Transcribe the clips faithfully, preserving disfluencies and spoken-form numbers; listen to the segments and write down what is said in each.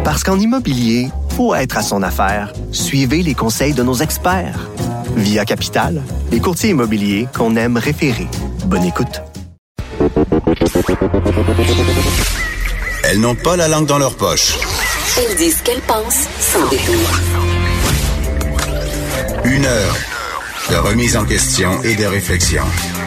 Parce qu'en immobilier, faut être à son affaire. Suivez les conseils de nos experts. Via Capital, les courtiers immobiliers qu'on aime référer. Bonne écoute. Elles n'ont pas la langue dans leur poche. Elles disent ce qu'elles pensent sans détour. Une heure de remise en question et de réflexion.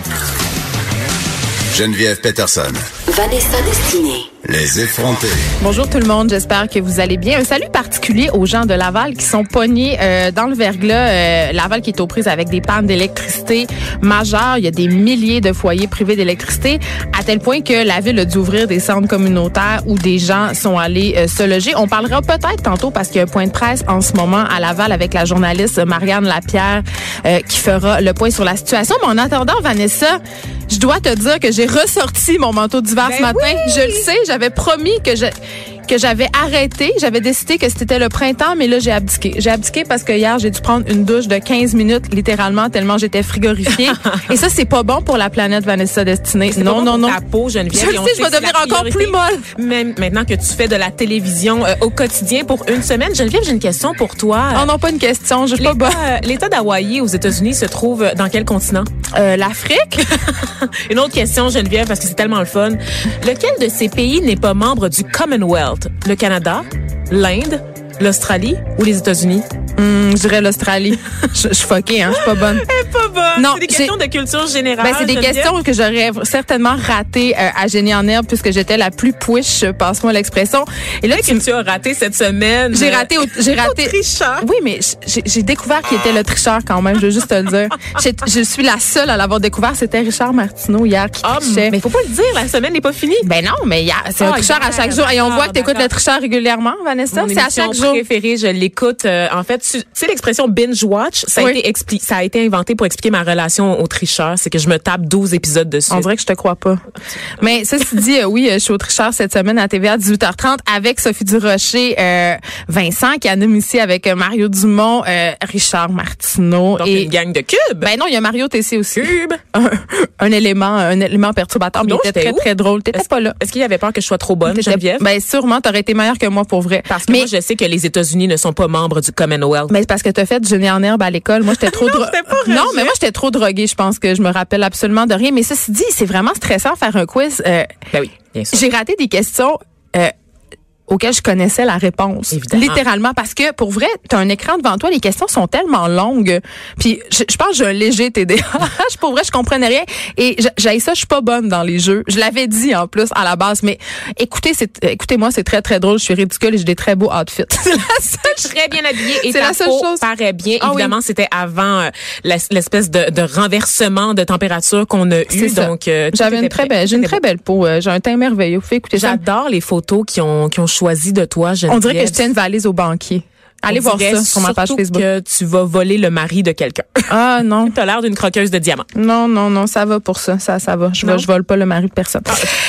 Geneviève Peterson. Vanessa Destinée. Les effrontés. Bonjour tout le monde, j'espère que vous allez bien. Un salut particulier aux gens de Laval qui sont pognés euh, dans le verglas. Euh, Laval qui est aux prises avec des pannes d'électricité majeures. Il y a des milliers de foyers privés d'électricité, à tel point que la ville a dû ouvrir des centres communautaires où des gens sont allés euh, se loger. On parlera peut-être tantôt, parce qu'il y a un point de presse en ce moment à Laval avec la journaliste Marianne Lapierre euh, qui fera le point sur la situation. Mais en attendant, Vanessa, je dois te dire que j'ai ressorti mon manteau d'hiver ben ce matin. Oui. Je le sais, j'avais promis que je que j'avais arrêté. J'avais décidé que c'était le printemps, mais là, j'ai abdiqué. J'ai abdiqué parce que hier, j'ai dû prendre une douche de quinze minutes, littéralement, tellement j'étais frigorifiée. Et ça, c'est pas bon pour la planète, Vanessa Destinée. C'est non, pas bon non, pour non. ta peau, Geneviève. Je le sais, je vais devenir encore plus molle. Même maintenant que tu fais de la télévision euh, au quotidien pour une semaine. Geneviève, j'ai une question pour toi. Oh non, pas une question. Je suis pas L'État, bonne. euh, L'État d'Hawaï aux États-Unis se trouve dans quel continent? Euh, L'Afrique? Une autre question, Geneviève, parce que c'est tellement le fun. Lequel de ces pays n'est pas membre du Commonwealth? Le Canada, l'Inde, l'Australie ou les États-Unis? Hum, je dirais l'Australie. Je je suis fuckée, hein. Je suis pas bonne. Elle est pas bonne. Non, c'est des questions de culture générale. Ben, c'est des Geneviève. questions que j'aurais certainement ratées euh, à Génie en herbe, puisque j'étais la plus push, passe-moi l'expression. Et là, Qu'est-ce que tu as raté cette semaine? J'ai raté, au- j'ai raté. Au tricheur. Oui, mais j'ai, j'ai découvert qu'il était le tricheur quand même. Je veux juste te le dire. J'ai- Je suis la seule à l'avoir découvert. C'était Richard Martineau hier qui Ah, trichait. mais faut pas le dire, la semaine n'est pas finie. Ben non, mais il y a- c'est un Ah, tricheur à hier, chaque jour. Et on d'accord, voit que tu écoutes d'accord. le tricheur régulièrement, Vanessa. Mon C'est à émission chaque jour. préférée, je l'écoute. euh, en fait, tu tu sais l'expression binge watch, ça a Oui. été expli- ça a été inventé pour expliquer ma relation au tricheur, c'est que je me tape douze épisodes dessus. On dirait que je te crois pas. Mais ceci dit, euh, oui, je suis au tricheur cette semaine à T V A à dix-huit heures trente avec Sophie Durocher, euh, Vincent qui anime ici avec euh, Mario Dumont, euh, Richard Martineau. Donc et une gang de cubes. ben non, il y a Mario Tessier aussi. Cube. Un, un élément, un élément perturbateur, mais Non, il était j'étais très où? très drôle. T'étais Est-ce- pas là. Est-ce qu'il y avait peur que je sois trop bonne, T'étais- Geneviève? Ben sûrement, t'aurais été meilleure que moi pour vrai. Parce que mais, moi, je sais que les États-Unis ne sont pas membres du Commonwealth. mais c'est parce que t'as fait du génie en herbe à l'école. Moi, j'étais trop Non, dro- c'était pas Non, rejet. mais moi, j'étais trop droguée. Je pense que je me rappelle absolument de rien. Mais ceci dit, c'est vraiment stressant de faire un quiz. Euh, Ben oui, bien sûr. J'ai raté des questions euh, auxquelles je connaissais la réponse. Évidemment. Littéralement. Parce que, pour vrai, t'as un écran devant toi, les questions sont tellement longues. Puis, je, je pense que j'ai un léger T D A H. Pour vrai, je comprenais rien. Et j'ai ça, je suis pas bonne dans les jeux. Je l'avais dit, en plus, à la base. Mais écoutez, c'est, écoutez-moi, c'est très, très drôle. Je suis ridicule et j'ai des très beaux outfits. C'est la seule Très bien habillée et C'est ta la seule peau chose. paraît bien. Ah oui. Évidemment, c'était avant euh, l'es- l'espèce de, de renversement de température qu'on a eu. C'est ça. Donc, euh, tout J'avais était une très prêt. belle, j'ai une C'était très beau. belle peau. Euh, J'ai un teint merveilleux. Vous pouvez écouter ça. J'adore les photos qui ont, qui ont choisi de toi, Geneviève. On dirait que je tiens une valise au banquier. Allez On voir dirait ça sur ma page surtout Facebook. que tu vas voler le mari de quelqu'un. Ah non. T'as l'air d'une croqueuse de diamants. Non, non, non, ça va pour ça. Ça, ça va. Je, Non? vole- je vole pas le mari de personne.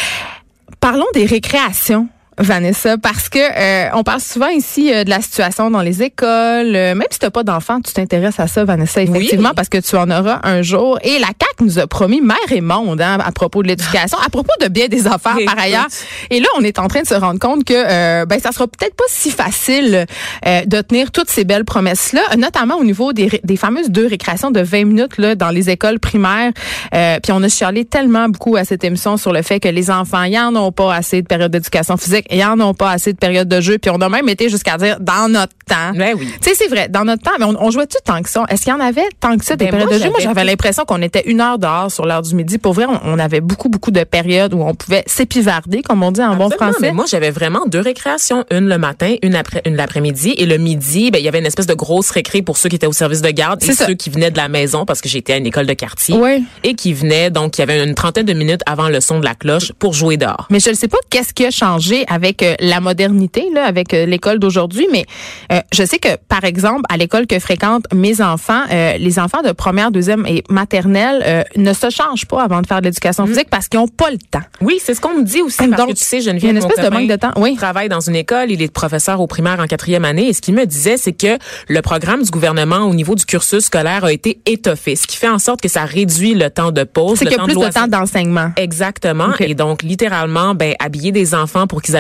Parlons des récréations. Vanessa, parce que euh, on parle souvent ici euh, de la situation dans les écoles. Euh, même si t'as pas d'enfant, tu t'intéresses à ça, Vanessa, effectivement, Oui. parce que tu en auras un jour. Et la C A Q nous a promis mer et monde hein, à propos de l'éducation, à propos de bien des affaires par Écoute. ailleurs. Et là, on est en train de se rendre compte que euh, ben ça sera peut-être pas si facile euh, de tenir toutes ces belles promesses-là, notamment au niveau des, ré- des fameuses deux récréations de vingt minutes là dans les écoles primaires. Euh, puis on a chialé tellement beaucoup à cette émission sur le fait que les enfants, ils en ont pas assez de période d'éducation physique, ils en ont pas assez de période de jeu. Puis on a même été jusqu'à dire dans notre temps. Ben oui. Tu sais, c'est vrai, dans notre temps, mais on, on jouait-tu tant que ça? Est-ce qu'il y en avait tant que ça, des Ben, périodes moi, de jeu? Moi, j'avais- j'avais l'impression qu'on était une heure dehors sur l'heure du midi. Pour vrai, on, on avait beaucoup, beaucoup de périodes où on pouvait s'épivarder, comme on dit en bon Absolument, français. mais moi, j'avais vraiment deux récréations. Une le matin, une après, une l'après-midi. Et le midi, ben, il y avait une espèce de grosse récré pour ceux qui étaient au service de garde et C'est ça. ceux qui venaient de la maison parce que j'étais à une école de quartier. Oui. Et qui venaient, donc, il y avait une trentaine de minutes avant le son de la cloche pour jouer dehors. Mais je ne sais pas qu'est-ce qui a changé avec euh, la modernité, là, avec euh, l'école d'aujourd'hui, mais euh, je sais que, par exemple, à l'école que fréquentent mes enfants, euh, les enfants de première, deuxième et maternelle euh, ne se changent pas avant de faire de l'éducation Mm. physique parce qu'ils n'ont pas le temps. Oui, c'est ce qu'on me dit aussi. Parce Donc, que tu sais, il y a Geneviève, une mon espèce de copain manque de temps. Oui. travaille dans une école, il est professeur au primaire en quatrième année. Et ce qu'il me disait, c'est que le programme du gouvernement au niveau du cursus scolaire a été étoffé, ce qui fait en sorte que ça réduit le temps de pause, C'est le qu'il y a temps plus de loisir. temps d'enseignement. Exactement. Ok. Et donc, littéralement, ben, habiller des enfants pour qu'ils aillent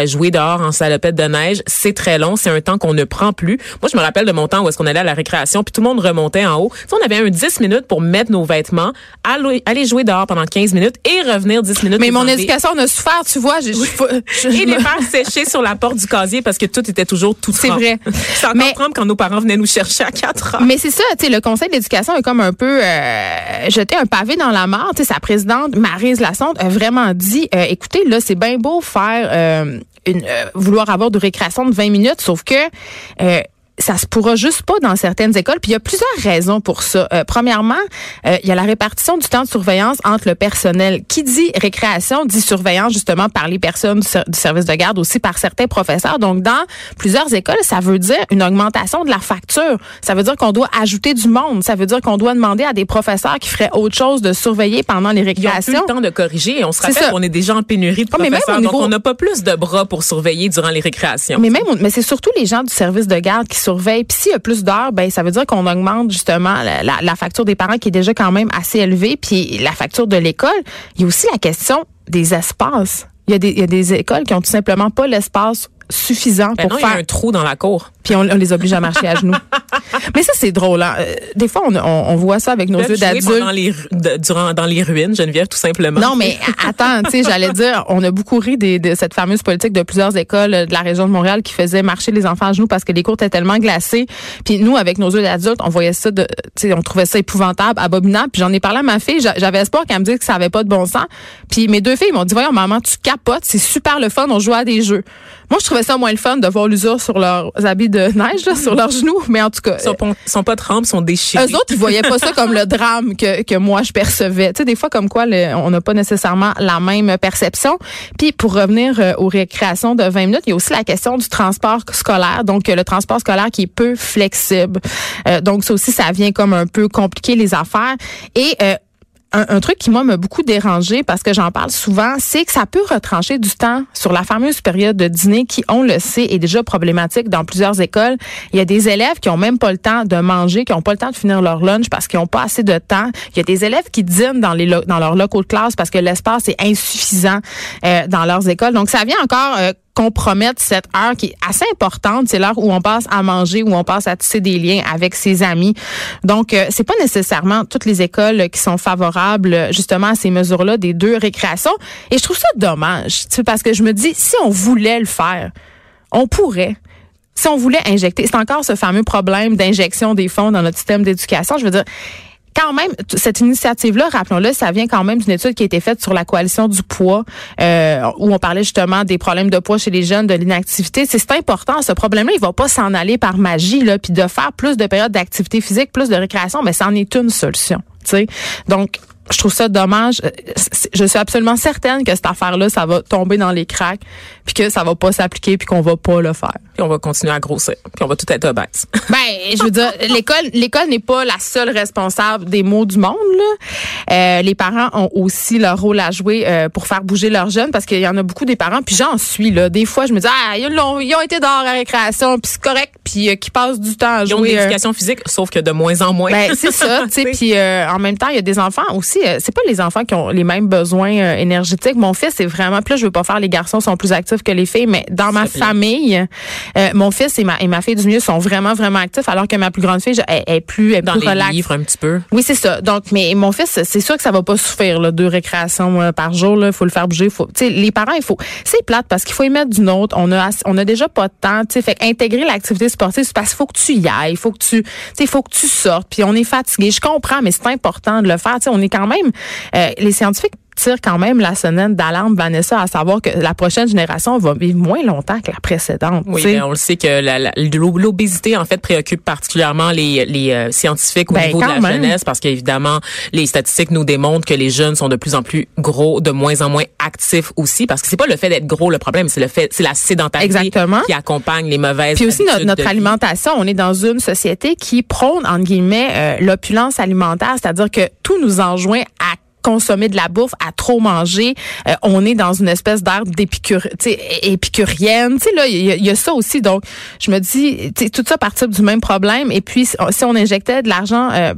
jouer dehors en salopette de neige, c'est très long, c'est un temps qu'on ne prend plus. Moi, je me rappelle de mon temps où est-ce qu'on allait à la récréation, puis tout le monde remontait en haut. T'sais, on avait un dix minutes pour mettre nos vêtements, aller, aller jouer dehors pendant quinze minutes et revenir dix minutes. Mais mon enlever. éducation en a souffert, tu vois. J'ai, oui. je, je, et les faire sécher sur la porte du casier parce que tout était toujours tout c'est trempe. vrai. C'est encore trempe quand nos parents venaient nous chercher à quatre heures. Mais c'est ça, tu sais, le Conseil d'éducation a comme un peu euh, jeté un pavé dans la mare. Tu sais, sa présidente, Maryse Lassonde, a vraiment dit, euh, écoutez, là, c'est bien beau faire, euh, une, euh, vouloir avoir de récréation de vingt minutes, sauf que... Euh, ça se pourra juste pas dans certaines écoles. Puis il y a plusieurs raisons pour ça. Euh, premièrement, euh, il y a la répartition du temps de surveillance entre le personnel. Qui dit récréation dit surveillance justement par les personnes du, ser- du service de garde, aussi par certains professeurs. Donc dans plusieurs écoles, ça veut dire une augmentation de la facture. Ça veut dire qu'on doit ajouter du monde. Ça veut dire qu'on doit demander à des professeurs qui feraient autre chose de surveiller pendant les récréations. Ils n'ont plus le temps de corriger. Et on se rappelle qu'on est déjà en pénurie de oh, professeurs. Niveau... Donc on n'a pas plus de bras pour surveiller durant les récréations. Mais même, mais c'est surtout les gens du service de garde qui surveille. Puis s'il y a plus d'heures, ben ça veut dire qu'on augmente justement la, la, la facture des parents qui est déjà quand même assez élevée, puis la facture de l'école. Il y a aussi la question des espaces. Il y a des, il y a des écoles qui ont tout simplement pas l'espace suffisant ben pour non, faire. Il y a un trou dans la cour. Puis on, on les oblige à marcher à genoux. Mais ça, c'est drôle. Hein? Euh, des fois, on, on, on voit ça avec nos yeux d'adultes. Dans les, de, durant, dans les ruines, Geneviève, tout simplement. Non, mais attends, tu sais, j'allais dire, on a beaucoup ri des, de cette fameuse politique de plusieurs écoles de la région de Montréal qui faisaient marcher les enfants à genoux parce que les cours étaient tellement glacés. Puis nous, avec nos yeux d'adultes, on voyait ça, de, tu sais, on trouvait ça épouvantable, abominable. Puis j'en ai parlé à ma fille, j'avais espoir qu'elle me dise que ça avait pas de bon sens. Puis mes deux filles m'ont dit, voyons, maman, tu capotes, c'est super le fun, on joue à des jeux. Moi, je trouvais ça moins le fun de voir l'usure sur leurs habits de neige, là, sur leurs genoux, mais en tout cas... Ils sont, sont pas trempes, sont déchirés. Eux autres, ils voyaient pas ça comme le drame que, que moi, je percevais. Tu sais, des fois, comme quoi, le, on n'a pas nécessairement la même perception. Puis, pour revenir euh, aux récréations de vingt minutes, il y a aussi la question du transport scolaire. Donc, euh, le transport scolaire qui est peu flexible. Euh, donc, ça aussi, ça vient comme un peu compliquer les affaires. Et... Euh, Un, un truc qui, moi, m'a beaucoup dérangé parce que j'en parle souvent, c'est que ça peut retrancher du temps sur la fameuse période de dîner qui, on le sait, est déjà problématique dans plusieurs écoles. Il y a des élèves qui ont même pas le temps de manger, qui ont pas le temps de finir leur lunch parce qu'ils ont pas assez de temps. Il y a des élèves qui dînent dans les lo- dans leurs locaux de classe parce que l'espace est insuffisant euh, dans leurs écoles. Donc, ça vient encore... Euh, compromettre cette heure qui est assez importante, c'est l'heure où on passe à manger, où on passe à tisser des liens avec ses amis. Donc, euh, c'est pas nécessairement toutes les écoles qui sont favorables justement à ces mesures-là des deux récréations. Et je trouve ça dommage, tu sais, parce que je me dis, si on voulait le faire, on pourrait. Si on voulait injecter, c'est encore ce fameux problème d'injection des fonds dans notre système d'éducation. Je veux dire, quand même, cette initiative-là, rappelons-le, ça vient quand même d'une étude qui a été faite sur la coalition du poids, euh, où on parlait justement des problèmes de poids chez les jeunes, de l'inactivité. C'est, c'est important, ce problème-là, il va pas s'en aller par magie, là, puis de faire plus de périodes d'activité physique, plus de récréation, mais ça en est une solution, tu sais. Donc, je trouve ça dommage. Je suis absolument certaine que cette affaire-là, ça va tomber dans les cracks, puis que ça va pas s'appliquer, puis qu'on va pas le faire. Puis on va continuer à grossir, puis on va tout être obèse. Ben, je veux dire, l'école, l'école n'est pas la seule responsable des maux du monde, là. Euh, les parents ont aussi leur rôle à jouer euh, pour faire bouger leurs jeunes, parce qu'il y en a beaucoup des parents, puis j'en suis là. Des fois, je me dis, ah, ils ont, ils ont été dehors à récréation, puis c'est correct, puis euh, qu'ils passent du temps à jouer. Ils ont de l'éducation euh, physique, sauf que de moins en moins. Ben, c'est ça, tu sais. Puis euh, en même temps, il y a des enfants aussi. Euh, c'est pas les enfants qui ont les mêmes besoins euh, énergétiques. Mon fils, c'est vraiment. Puis là, je veux pas faire les garçons sont plus actifs que les filles, mais dans ma c'est famille, euh, mon fils et ma, et ma fille du milieu sont vraiment, vraiment actifs, alors que ma plus grande fille, je, elle, elle est plus, elle est dans plus les relax. livres un petit peu. Oui, c'est ça. Donc, mais mon fils, c'est sûr que ça va pas souffrir, là, deux récréations euh, par jour. Il faut le faire bouger. Faut, tu sais, les parents, il faut. C'est plate parce qu'il faut y mettre du nôtre. On a, on a déjà pas de temps. Tu sais, fait intégrer l'activité sportive, c'est parce qu'il faut que tu y ailles, il faut que tu, tu sais, il faut que tu sortes. Puis on est fatigué. Je comprends, mais c'est important de le faire. Tu sais, on est quand même. Euh, les scientifiques tirent quand même la sonnette d'alarme, Vanessa, à savoir que la prochaine génération va vivre moins longtemps que la précédente. Oui, ben, on le sait que la, la, l'obésité, en fait, préoccupe particulièrement les, les euh, scientifiques au ben, niveau de la même. jeunesse, parce qu'évidemment, les statistiques nous démontrent que les jeunes sont de plus en plus gros, de moins en moins actifs aussi, parce que c'est pas le fait d'être gros le problème, c'est le fait, c'est la sédentarité Exactement. qui accompagne les mauvaises Puis aussi notre, notre de alimentation, on est dans une société qui prône, entre guillemets, euh, l'opulence alimentaire, c'est-à-dire que tout nous enjoint à consommer de la bouffe, à trop manger. Euh, on est dans une espèce d'ère d'épicur, épicurienne. Tu sais, là, il y, y a ça aussi. Donc, je me dis, tout ça partir du même problème. Et puis, si on injectait de l'argent, euh, ben,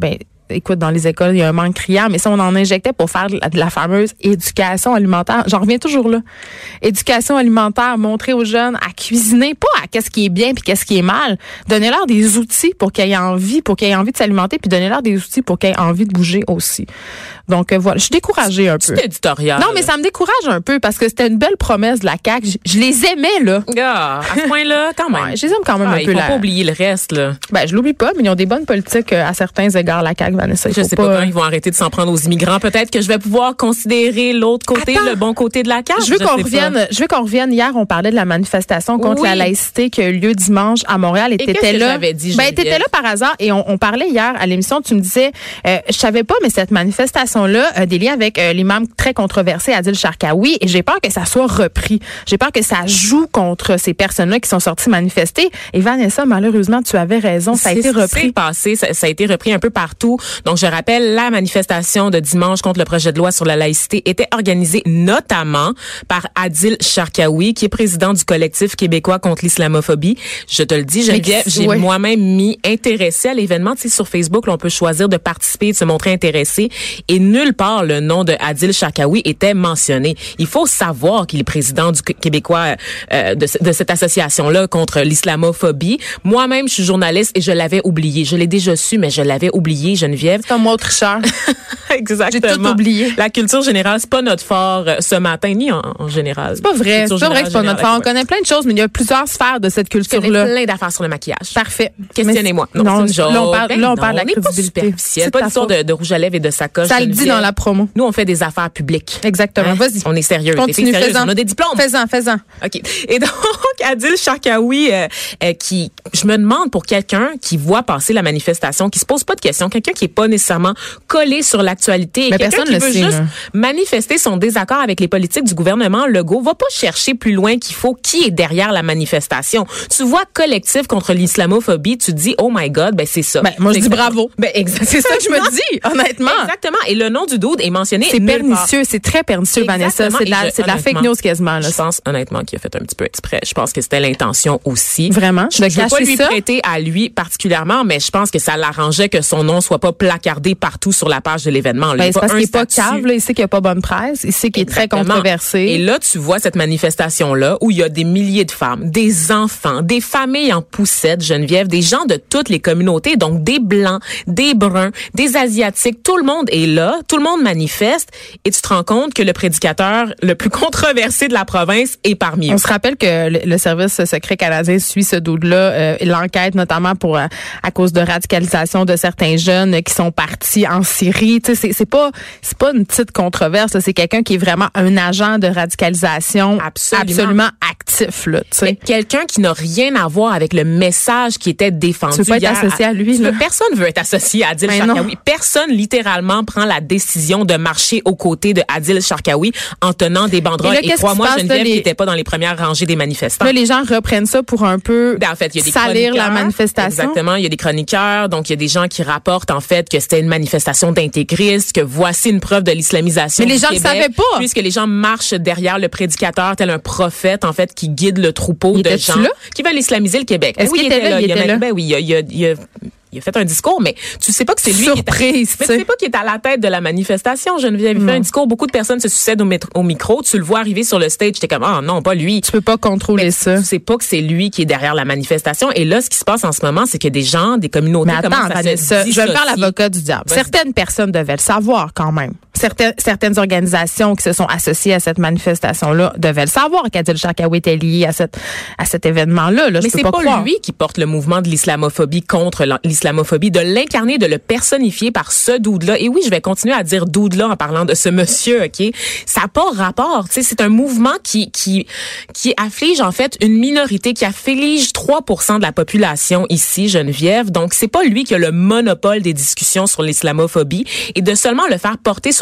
écoute, dans les écoles, il y a un manque criant, mais si on en injectait pour faire de la, de la fameuse éducation alimentaire, j'en reviens toujours là. Éducation alimentaire, montrer aux jeunes à cuisiner, pas à qu'est-ce qui est bien puis qu'est-ce qui est mal. Donnez-leur des outils pour qu'ils aient envie, pour qu'ils aient envie de s'alimenter, puis donnez-leur des outils pour qu'ils aient envie de bouger aussi. Donc, euh, voilà, je suis découragée un peu. C'est éditorial. Non, mais ça me décourage un peu parce que c'était une belle promesse de la C A Q. Je, je les aimais, là. Ah, à ce point-là, quand même. Ouais, je les aime quand même ah, un il peu. faut là. pas oublier le reste, là. Ben, je l'oublie pas, mais ils ont des bonnes politiques euh, à certains égards, la C A Q, Vanessa. Je sais pas, pas quand ils vont arrêter de s'en prendre aux immigrants. Peut-être que je vais pouvoir considérer l'autre côté, Attends, le bon côté de la C A Q. Je veux je qu'on sais revienne. Pas. Je veux qu'on revienne. Hier, on parlait de la manifestation contre oui. la laïcité qui a eu lieu dimanche à Montréal. Et, et t'étais là. J'avais dit, ben, t'étais là par hasard. Et on, on parlait hier à l'émission. Tu me disais, euh, je savais pas, mais cette manifestation-là a des liens avec euh, l'imam très controversé Adil Sharkawi. Et j'ai peur que ça soit repris. J'ai peur que ça joue contre ces personnes-là qui sont sorties manifester. Et Vanessa, malheureusement, tu avais raison. Ça a été repris. C'est passé. Ça, ça a été repris un peu partout. Donc, je rappelle, la manifestation de dimanche contre le projet de loi sur la laïcité était organisée notamment par Adil Sharkawi, qui est président du collectif québécois contre l'islamophobie. Je te le dis, Geneviève, j'ai ouais. moi-même mis intéressé à l'événement. Tu sais, sur Facebook, là, on peut choisir de participer, de se montrer intéressé. Et nulle part, le nom de Adil Sharkawi était mentionné. Il faut savoir qu'il est président du québécois euh, de, de cette association-là contre l'islamophobie. Moi-même, je suis journaliste et je l'avais oublié. Je l'ai déjà su, mais je l'avais oublié, Geneviève. C'est un mot tricheur. Exactement. J'ai tout oublié. La culture générale, c'est pas notre fort euh, ce matin, ni en, en général. C'est pas vrai. C'est pas vrai que c'est pas notre fort. On connaît plein de choses, mais il y a plusieurs sphères de cette culture-là. Je connais plein d'affaires sur le maquillage. Parfait. Questionnez-moi. Non, non c'est une là, on parle, ben là, on non, parle de la on n'est pas superficiel. C'est pas l'histoire de, de rouge à lèvres et de sacoche. Ça le dit dans la promo. Nous, on fait des affaires publiques. Exactement. Hein? Vas-y. On est sérieux. Continue, on a des diplômes. Fais-en, fais-en. OK. Et donc, Adil Sharkawi, euh, euh, qui, je me demande pour quelqu'un qui voit passer la manifestation, qui se pose pas de questions, quelqu'un qui est pas nécessairement collé sur l'actualité, mais quelqu'un qui le veut sait, juste là. manifester son désaccord avec les politiques du gouvernement Legault, va pas chercher plus loin qu'il faut qui est derrière la manifestation. Tu vois collectif contre l'islamophobie, tu dis oh my God, ben c'est ça. Ben, moi je dis bravo. Ben exactement. C'est ça que je me dis, honnêtement. Exactement. Et le nom du dude est mentionné. C'est pernicieux, c'est très pernicieux, Vanessa. C'est de la, c'est de la fake news quasiment. Là. Je pense honnêtement qu'il a fait un petit peu exprès. Je pense que c'était l'intention aussi. Vraiment. Je ne veux pas lui ça? prêter à lui particulièrement, mais je pense que ça l'arrangeait que son nom soit pas placardé partout sur la page de l'événement. Ben, c'est parce qu'il est pas cave, là. Il sait qu'il n'y a pas bonne presse. Il sait qu'il est très controversé. Et là, tu vois cette manifestation-là où il y a des milliers de femmes, des enfants, des familles en poussette, Geneviève, des gens de toutes les communautés, donc des Blancs, des Bruns, des Asiatiques. Tout le monde est là. Tout le monde manifeste. Et tu te rends compte que le prédicateur le plus controversé de la province est parmi eux. On se rappelle que le, le service secret canadien suit ce dude-là, euh, l'enquête notamment pour euh, à cause de radicalisation de certains jeunes qui sont partis en Syrie. Tu sais, c'est, c'est pas c'est pas une petite controverse. Là. C'est quelqu'un qui est vraiment un agent de radicalisation absolument, absolument actif. Là, tu sais. Quelqu'un qui n'a rien à voir avec le message qui était défendu. Tu veux pas être associé à lui. Là. Personne veut être associé à Adil Sharkawi. Personne littéralement prend la décision de marcher aux côtés de Adil Sharkawi en tenant des banderoles. Et, là, et crois-moi, Geneviève, les... qui n'était pas dans les premières rangées des manifestants. Là, les gens reprennent ça pour un peu ben, en fait, il y a des salir la manifestation. Exactement. Il y a des chroniqueurs. Donc, il y a des gens qui rapportent, en fait, que c'était une manifestation d'intégristes, que voici une preuve de l'islamisation Mais les du gens Québec, ne savaient pas. Puisque les gens marchent derrière le prédicateur, tel un prophète, en fait, qui guide le troupeau il de gens là? qui veulent islamiser le Québec. Est-ce oui, qu'il était là? Il était là? Ben oui, il y a, il y a, il y a il a fait un discours, mais tu sais pas que c'est lui Surprise, qui est à, mais tu sais pas qu'il est à la tête de la manifestation, Geneviève. Il non. fait un discours, beaucoup de personnes se succèdent au, métro, au micro, tu le vois arriver sur le stage, t'es comme, ah oh, non, pas lui. Tu peux pas contrôler mais ça. Tu sais pas que c'est lui qui est derrière la manifestation. Et là, ce qui se passe en ce moment, c'est que des gens, des communautés mais attends, commencent à Vanessa, se je vais me faire l'avocat du diable. Vas-y. Certaines personnes devaient le savoir quand même. Certaines, certaines organisations qui se sont associées à cette manifestation-là devaient le savoir qu'Adil Sharkawi était lié à, cette, à cet événement-là. Là, mais je c'est peux pas, pas croire. lui qui porte le mouvement de l'islamophobie contre l'islamophobie, de l'incarner, de le personnifier par ce dude-là. Et oui, je vais continuer à dire dude-là en parlant de ce monsieur, OK? Ça n'a pas rapport. Tu sais, c'est un mouvement qui, qui, qui afflige, en fait, une minorité, qui afflige trois pour cent de la population ici, Geneviève. Donc, c'est pas lui qui a le monopole des discussions sur l'islamophobie. Et de seulement le faire porter sur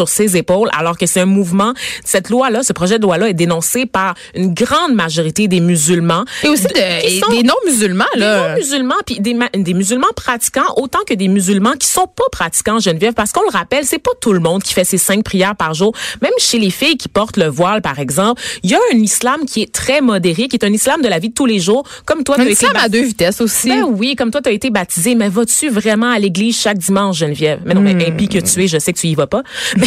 sur ses épaules, alors que c'est un mouvement. Cette loi-là, ce projet de loi-là est dénoncé par une grande majorité des musulmans. Et aussi de, et des non-musulmans, là. Des non-musulmans, puis des, des musulmans pratiquants, autant que des musulmans qui sont pas pratiquants, Geneviève, parce qu'on le rappelle, c'est pas tout le monde qui fait ses cinq prières par jour. Même chez les filles qui portent le voile, par exemple, il y a un islam qui est très modéré, qui est un islam de la vie de tous les jours, comme toi. Un islam à deux vitesses aussi. Ben oui, comme toi, tu as été baptisé, mais vas-tu vraiment à l'église chaque dimanche, Geneviève? Mais non, mais Hmm. impie que tu es, je sais que tu y vas pas.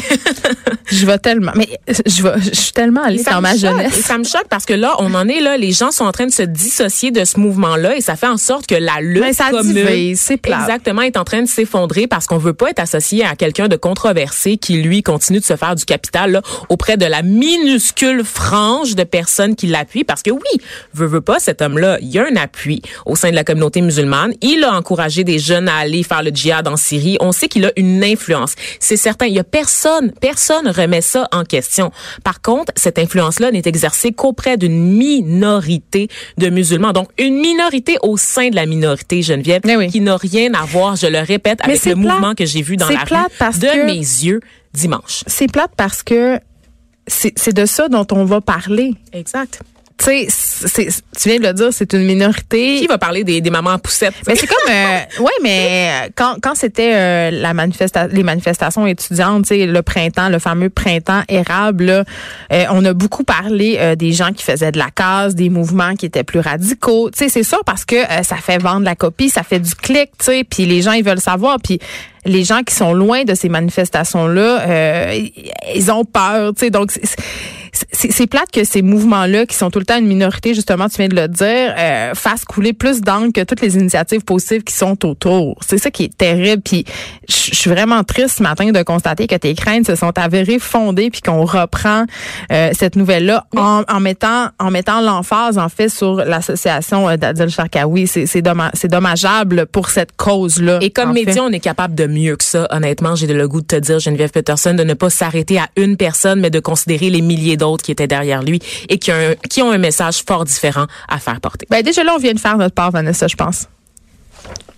Je vais tellement, mais je vais, je suis tellement allée dans ma choque, jeunesse. Et ça me choque parce que là, on en est là, les gens sont en train de se dissocier de ce mouvement-là et ça fait en sorte que la lutte Mais ça commune, divise, c'est plate. exactement, est en train de s'effondrer parce qu'on veut pas être associé à quelqu'un de controversé qui, lui, continue de se faire du capital là, auprès de la minuscule frange de personnes qui l'appuient parce que oui, veut, veut pas, cet homme-là, il y a un appui au sein de la communauté musulmane. Il a encouragé des jeunes à aller faire le djihad en Syrie. On sait qu'il a une influence. C'est certain, il y a personne, personne remet ça en question. Par contre, cette influence-là n'est exercée qu'auprès d'une minorité de musulmans. Donc, une minorité au sein de la minorité, Geneviève, Mais oui. qui n'a rien à voir, je le répète, Mais avec c'est le plate. mouvement que j'ai vu dans C'est la plate rue parce de que- mes yeux dimanche. C'est plate parce que c'est, c'est de ça dont on va parler. Exact. Tu sais, c'est, c'est- tu viens de le dire, c'est une minorité. Qui va parler des, des mamans à poussettes? Mais c'est comme, euh, ouais, mais euh, quand quand c'était euh, la manifesta- les manifestations étudiantes, tu sais, le printemps, le fameux printemps érable, là, euh, on a beaucoup parlé euh, des gens qui faisaient de la casse, des mouvements qui étaient plus radicaux. Tu sais, c'est sûr parce que euh, ça fait vendre la copie, ça fait du clic, tu sais, puis les gens ils veulent savoir, puis les gens qui sont loin de ces manifestations-là, euh, ils ont peur, tu sais, donc c'est, c'est, c'est plate que ces mouvements-là, qui sont tout le temps une minorité, justement, tu viens de le dire, euh, fassent couler plus d'encre que toutes les initiatives positives qui sont autour. C'est ça qui est terrible. Puis je suis vraiment triste ce matin de constater que tes craintes se sont avérées fondées, puis qu'on reprend euh, cette nouvelle-là en, en mettant en mettant l'emphase en fait sur l'association euh, d'Adil Sharkawi. C'est c'est, dommage, c'est dommageable pour cette cause-là. Et comme en média, fait. on est capable de mieux que ça. Honnêtement, j'ai le goût de te dire, Geneviève Peterson, de ne pas s'arrêter à une personne, mais de considérer les milliers d'autres qui étaient derrière lui et qui ont un, qui ont un message fort différent à faire porter. Ben déjà là, on vient de faire notre part, Vanessa, je pense.